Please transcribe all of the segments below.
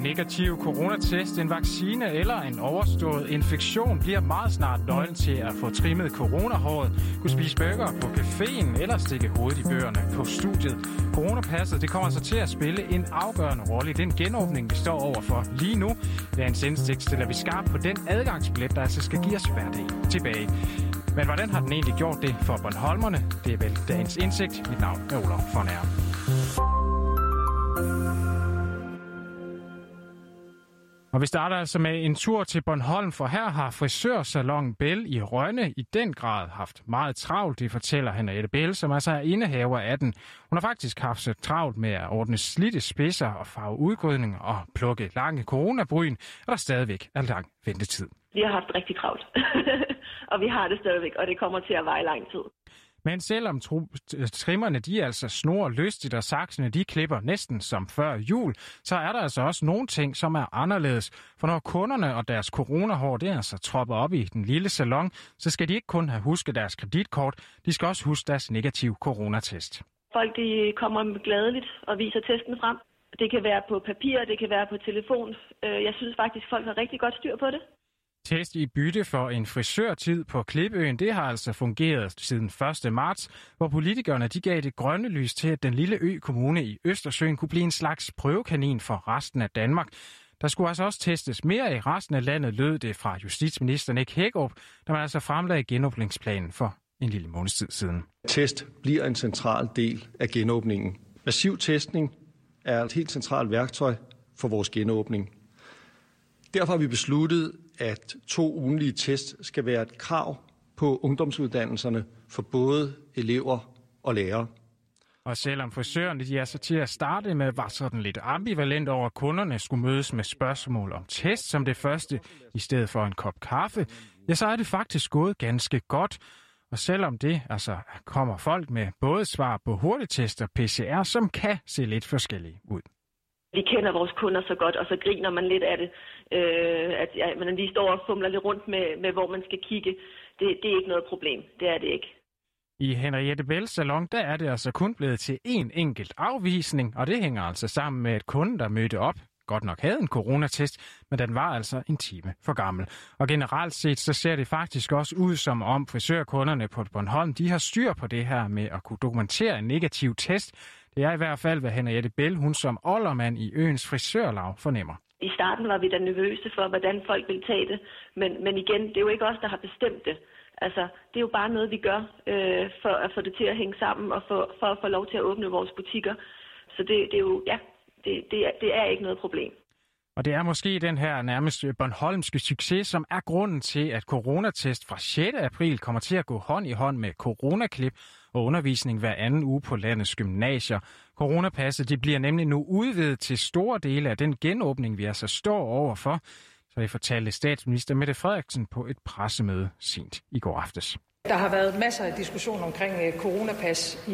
negativ coronatest, en vaccine eller en overstået infektion bliver meget snart nøglen til at få trimmet coronahåret, kunne spise burger på caféen eller stikke hovedet i bøgerne på studiet. Coronapasset det kommer altså til at spille en afgørende rolle i den genåbning, vi står overfor lige nu. Dagens indsigt stiller vi skarpt på den adgangsbillet, der altså skal give os hverdag tilbage. Men hvordan har den egentlig gjort det for Bornholmerne? Det er vel dagens indsigt. Mit navn er Olof von Aer. Og vi starter altså med en tur til Bornholm, for her har frisørsalon Bell i Rønne i den grad haft meget travlt, det fortæller Henriette Bell, som altså er indehaver af den. Hun har faktisk haft så travlt med at ordne slidte spidser og farve udgrydninger og plukke lange coronabryn, og der stadigvæk er lang ventetid. Vi har haft rigtig travlt, og vi har det stadigvæk, og det kommer til at vare lang tid. Men selvom trimmerne de er altså snor lystigt, og saksene de klipper næsten som før jul, så er der altså også nogle ting, som er anderledes. For når kunderne og deres coronahår det altså tropper op i den lille salon, så skal de ikke kun have husket deres kreditkort, de skal også huske deres negative coronatest. Folk de kommer gladeligt og viser testen frem. Det kan være på papir, det kan være på telefon. Jeg synes faktisk, folk har rigtig godt styr på det. Test i bytte for en frisørtid på Klipøen, det har altså fungeret siden 1. marts, hvor politikerne de gav det grønne lys til, at den lille ø-kommune i Østersøen kunne blive en slags prøvekanin for resten af Danmark. Der skulle altså også testes mere i resten af landet, lød det fra justitsminister Nick Hækkerup, der man altså fremlagde genåbningsplanen for en lille måneds tid siden. Test bliver en central del af genåbningen. Massiv testning er et helt centralt værktøj for vores genåbning. Derfor har vi besluttet, at 2 ugentlige test skal være et krav på ungdomsuddannelserne for både elever og lærere. Og selvom frisørerne de altså til at starte med var sådan lidt ambivalent over, at kunderne skulle mødes med spørgsmål om test som det første, i stedet for en kop kaffe, ja, så er det faktisk gået ganske godt. Og selvom det altså kommer folk med både svar på hurtigtest og PCR, som kan se lidt forskellige ud. Vi kender vores kunder så godt, og så griner man lidt af det. Man lige står og fumler lidt rundt med hvor man skal kigge. Det er ikke noget problem. Det er det ikke. I Henriette Bells salon, der er det altså kun blevet til en enkelt afvisning, og det hænger altså sammen med, at kunden, der mødte op, godt nok havde en coronatest, men den var altså en time for gammel. Og generelt set, så ser det faktisk også ud som om frisørkunderne på Bornholm, de har styr på det her med at kunne dokumentere en negativ test. Det er i hvert fald, hvad Henriette Bell, hun som oldermand i øens frisørlag, fornemmer. I starten var vi da nervøse for, hvordan folk ville tage det, men igen, det er jo ikke os, der har bestemt det. Altså, det er jo bare noget, vi gør for at få det til at hænge sammen og for at få lov til at åbne vores butikker. Så det er jo, ja, det er ikke noget problem. Og det er måske den her nærmest bornholmske succes, som er grunden til, at coronatest fra 6. april kommer til at gå hånd i hånd med coronaklip og undervisning hver anden uge på landets gymnasier. Coronapasset det bliver nemlig nu udvidet til store dele af den genåbning, vi altså står overfor. Så det fortalte statsminister Mette Frederiksen på et pressemøde sent i går aftes. Der har været masser af diskussion omkring coronapas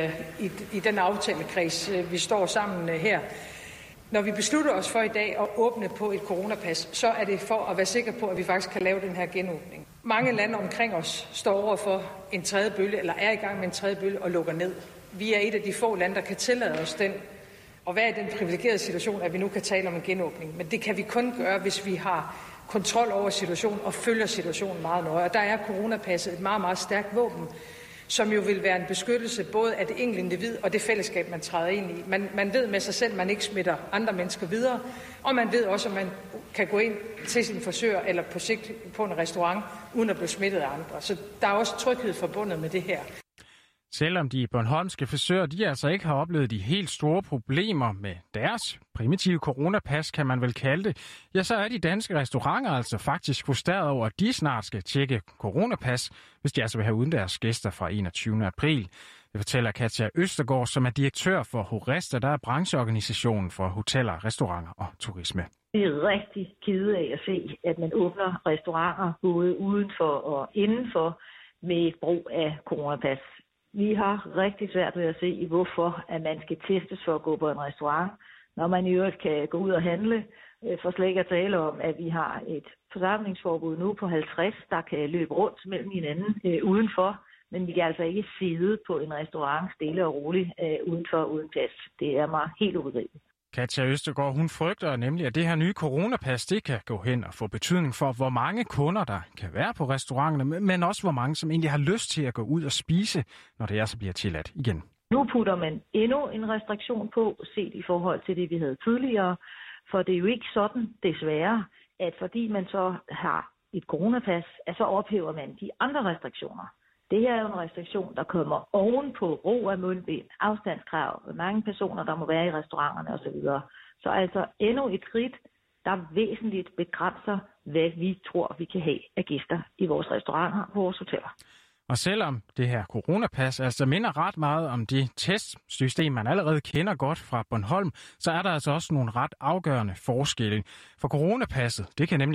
i den aftalekreds, vi står sammen her. Når vi beslutter os for i dag at åbne på et coronapas, så er det for at være sikre på, at vi faktisk kan lave den her genåbning. Mange lande omkring os står over for en tredje bølge, eller er i gang med en tredje bølge og lukker ned. Vi er et af de få lande, der kan tillade os den, og være i den privilegerede situation, at vi nu kan tale om en genåbning. Men det kan vi kun gøre, hvis vi har kontrol over situationen og følger situationen meget nøje. Og der er coronapasset et meget, meget stærkt våben, som jo vil være en beskyttelse både af det enkelte individ og det fællesskab, man træder ind i. Man ved med sig selv, at man ikke smitter andre mennesker videre, og man ved også, at man kan gå ind til sin frisør eller på sigt på en restaurant, uden at blive smittet af andre. Så der er også tryghed forbundet med det her. Selvom de bornholmske frisører de altså ikke har oplevet de helt store problemer med deres primitive coronapas, kan man vel kalde det, ja, så er de danske restauranter altså faktisk frustreret over, at de snart skal tjekke coronapas, hvis de altså vil have uden deres gæster fra 21. april. Det fortæller Katja Østergaard, som er direktør for Horesta, der er brancheorganisationen for hoteller, restauranter og turisme. Vi er rigtig kede af at se, at man åbner restauranter både udenfor og indenfor med brug af coronapas. Vi har rigtig svært ved at se, hvorfor at man skal testes for at gå på en restaurant, når man i øvrigt kan gå ud og handle. For slet ikke at tale om, at vi har et forsamlingsforbud nu på 50, der kan løbe rundt mellem hinanden udenfor. Men vi kan altså ikke sidde på en restaurant stille og roligt udenfor uden pas. Det er mig helt ubegribeligt. Katja Østergaard, hun frygter nemlig, at det her nye coronapas, det kan gå hen og få betydning for, hvor mange kunder der kan være på restauranterne, men også hvor mange, som egentlig har lyst til at gå ud og spise, når det så bliver tilladt igen. Nu putter man endnu en restriktion på, set i forhold til det, vi havde tidligere. For det er jo ikke sådan, desværre, at fordi man så har et coronapas, at så ophæver man de andre restriktioner. Det her er jo en restriktion, der kommer oven på brug af mundbind, afstandskrav, hvor mange personer, der må være i restauranterne osv. Så altså endnu et skridt, der væsentligt begrænser, hvad vi tror, vi kan have af gæster i vores restauranter og vores hoteller. Og selvom det her coronapas altså minder ret meget om de testsystem, man allerede kender godt fra Bornholm, så er der altså også nogle ret afgørende forskelle. For coronapasset, det kan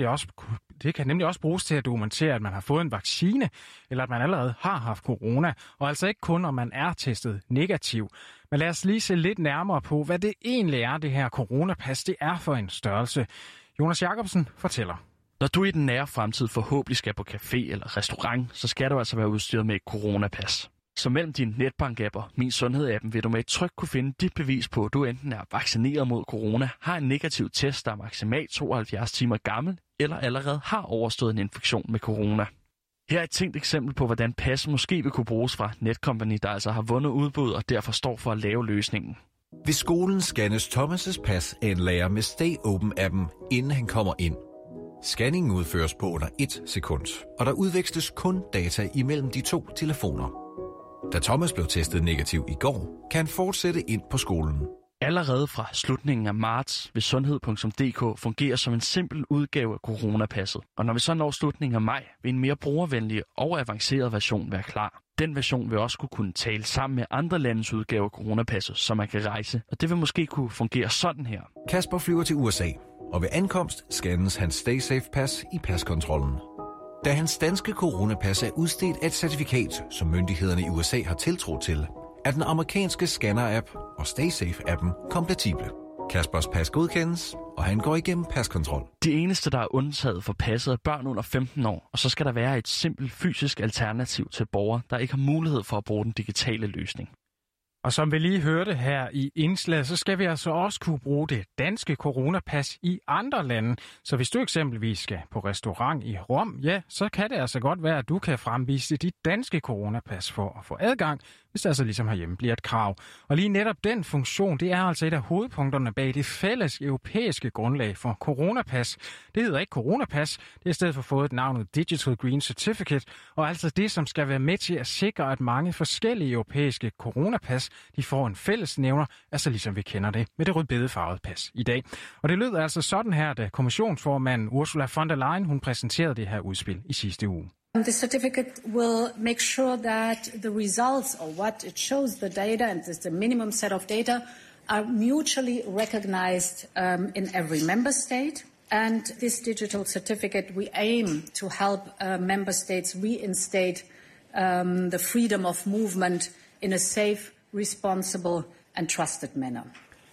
nemlig også bruges til at dokumentere, at man har fået en vaccine, eller at man allerede har haft corona, og altså ikke kun, om man er testet negativ. Men lad os lige se lidt nærmere på, hvad det egentlig er, det her coronapas, det er for en størrelse. Jonas Jacobsen fortæller. Når du i den nære fremtid forhåbentlig skal på café eller restaurant, så skal du altså være udstyret med et coronapas. Så mellem dine netbank-apper, Min Sundhed-appen, vil du med et tryk kunne finde dit bevis på, at du enten er vaccineret mod corona, har en negativ test, der er maksimalt 72 timer gammel, eller allerede har overstået en infektion med corona. Her er et tænkt eksempel på, hvordan passet måske vil kunne bruges fra Netcompany, der altså har vundet udbud og derfor står for at lave løsningen. Ved skolen scannes Thomas' pas af en lærer med Stay Open-appen, inden han kommer ind. Scanningen udføres på under 1 sekund, og der udveksles kun data imellem de 2 telefoner. Da Thomas blev testet negativ i går, kan han fortsætte ind på skolen. Allerede fra slutningen af marts vil sundhed.dk fungere som en simpel udgave af coronapasset. Og når vi så når slutningen af maj, vil en mere brugervenlig og avanceret version være klar. Den version vil også kunne tale sammen med andre landes udgaver af coronapasset, så man kan rejse. Og det vil måske kunne fungere sådan her. Kasper flyver til USA, og ved ankomst scannes hans StaySafe-pas i paskontrollen. Da hans danske coronapas er udstedt af et certifikat, som myndighederne i USA har tiltro til, er den amerikanske scanner-app og StaySafe-appen kompatible. Kaspers pas godkendes, og han går igennem paskontrol. De eneste, der er undtaget for passet, er børn under 15 år, og så skal der være et simpelt fysisk alternativ til borgere, der ikke har mulighed for at bruge den digitale løsning. Og som vi lige hørte her i indslaget, så skal vi altså også kunne bruge det danske coronapas i andre lande. Så hvis du eksempelvis skal på restaurant i Rom, ja, så kan det altså godt være, at du kan fremvise dit danske coronapas for at få adgang, hvis det altså ligesom herhjemme bliver et krav. Og lige netop den funktion, det er altså et af hovedpunkterne bag det fælles europæiske grundlag for coronapas. Det hedder ikke coronapas, det er i stedet for fået navnet Digital Green Certificate, og altså det, som skal være med til at sikre, at mange forskellige europæiske coronapas, de får en fællesnævner, altså ligesom vi kender det med det rødbedefarvede pas i dag. Og det lød altså sådan her, da kommissionsformanden Ursula von der Leyen, hun præsenterede det her udspil i sidste uge. The certificate will make sure that the results or what it shows, the data and the minimum set of data are mutually recognized in every member state. And this digital certificate, we aim to help member states reinstate the freedom of movement in a safe, responsible and trusted manner.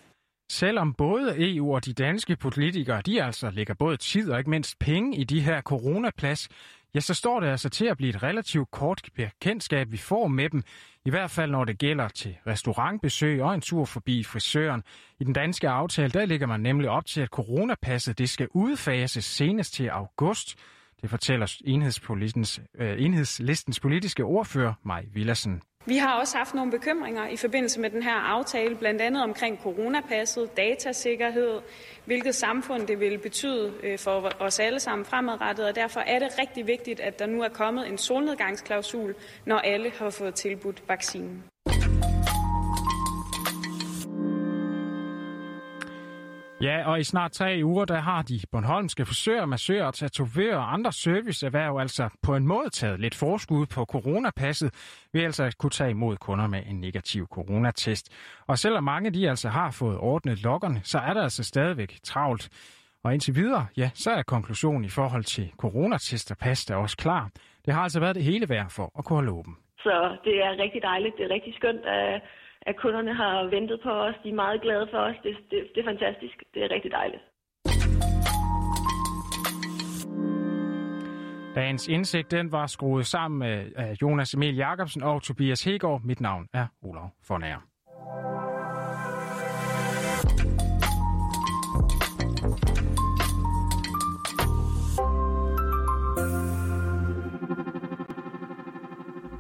Selvom både EU og de danske politikere, de altså lægger både tid og ikke mindst penge i de her coronapas, ja, så står det altså til at blive et relativt kort bekendtskab, vi får med dem. I hvert fald når det gælder til restaurantbesøg og en tur forbi frisøren. I den danske aftale, der ligger man nemlig op til, at coronapasset det skal udfases senest til august. Det fortæller Enhedslistens politiske ordfører, Mai Villadsen. Vi har også haft nogle bekymringer i forbindelse med den her aftale, blandt andet omkring coronapasset, datasikkerhed, hvilket samfund det vil betyde for os alle sammen fremadrettet, og derfor er det rigtig vigtigt, at der nu er kommet en solnedgangsklausul, når alle har fået tilbudt vaccinen. Ja, og i snart 3 uger, der har de bornholmske frisører, massører, tatovører og andre serviceerhverv altså på en måde taget lidt forskud på coronapasset, ved altså at kunne tage imod kunder med en negativ coronatest. Og selvom mange de altså har fået ordnet lokkerne, så er der altså stadigvæk travlt. Og indtil videre, ja, så er konklusionen i forhold til coronatest og pas der også klar. Det har altså været det hele værd for at kunne holde åben. Så det er rigtig dejligt, det er rigtig skønt, at kunderne har ventet på os. De er meget glade for os. Det er fantastisk. Det er rigtig dejligt. Dagens indsigt, den var skruet sammen med Jonas Emil Jacobsen og Tobias Hegård. Mit navn er Olav von Aer.